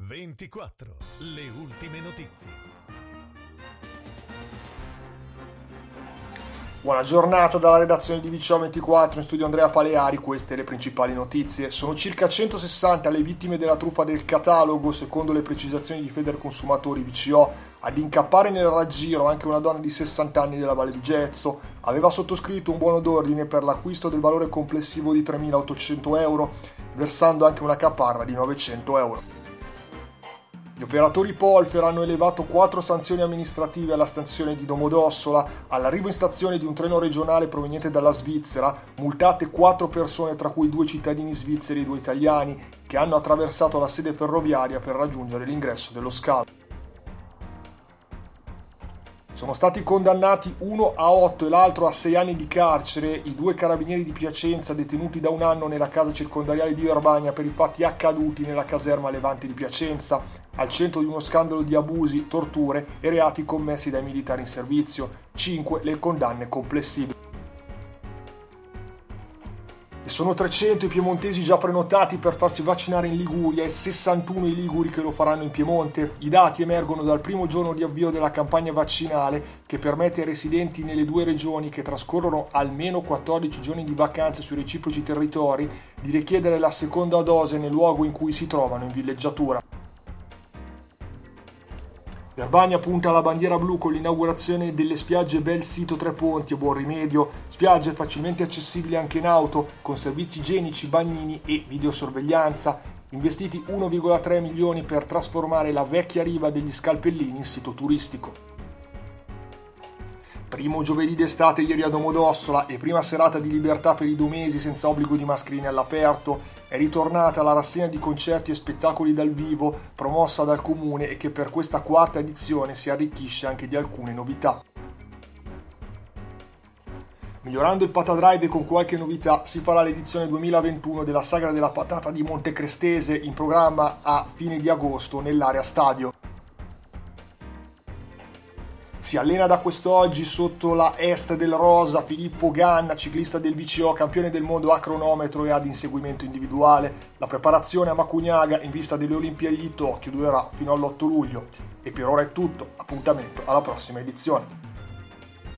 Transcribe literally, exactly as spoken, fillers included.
ventiquattro. Le ultime notizie. Buona giornata dalla redazione di V C O ventiquattro, in studio Andrea Paleari. Queste le principali notizie. Sono circa centosessanta le vittime della truffa del catalogo, secondo le precisazioni di Federconsumatori V C O. Ad incappare nel raggiro anche una donna di sessanta anni della Valle di Gezzo. Aveva sottoscritto un buono d'ordine per l'acquisto del valore complessivo di tremilaottocento euro, versando anche una caparra di novecento euro. Gli operatori Polfer hanno elevato quattro sanzioni amministrative alla stazione di Domodossola. All'arrivo in stazione di un treno regionale proveniente dalla Svizzera, multate quattro persone, tra cui due cittadini svizzeri e due italiani, che hanno attraversato la sede ferroviaria per raggiungere l'ingresso dello scalo. Sono stati condannati uno a otto e l'altro a sei anni di carcere i due carabinieri di Piacenza detenuti da un anno nella casa circondariale di Verbania per i fatti accaduti nella caserma Levante di Piacenza, al centro di uno scandalo di abusi, torture e reati commessi dai militari in servizio. Cinque le condanne complessive. E sono trecento i piemontesi già prenotati per farsi vaccinare in Liguria e sessantuno i liguri che lo faranno in Piemonte. I dati emergono dal primo giorno di avvio della campagna vaccinale, che permette ai residenti nelle due regioni che trascorrono almeno quattordici giorni di vacanze sui reciproci territori di richiedere la seconda dose nel luogo in cui si trovano in villeggiatura. Verbania punta alla bandiera blu con l'inaugurazione delle spiagge Bel Sito Tre Ponti e Buon Rimedio, spiagge facilmente accessibili anche in auto, con servizi igienici, bagnini e videosorveglianza. Investiti uno virgola tre milioni per trasformare la vecchia riva degli Scalpellini in sito turistico. Primo giovedì d'estate ieri a Domodossola e prima serata di libertà per i domesi senza obbligo di mascherine all'aperto. È ritornata la rassegna di concerti e spettacoli dal vivo promossa dal Comune e che per questa quarta edizione si arricchisce anche di alcune novità. Migliorando il Patadrive con qualche novità, si farà l'edizione duemilaventuno della Sagra della Patata di Montecrestese, in programma a fine di agosto nell'area stadio. Si allena da quest'oggi sotto la est del rosa Filippo Ganna, ciclista del V C O, campione del mondo a cronometro e ad inseguimento individuale. La preparazione a Macugnaga in vista delle Olimpiadi di Tokyo durerà fino all'otto luglio. E per ora è tutto, appuntamento alla prossima edizione.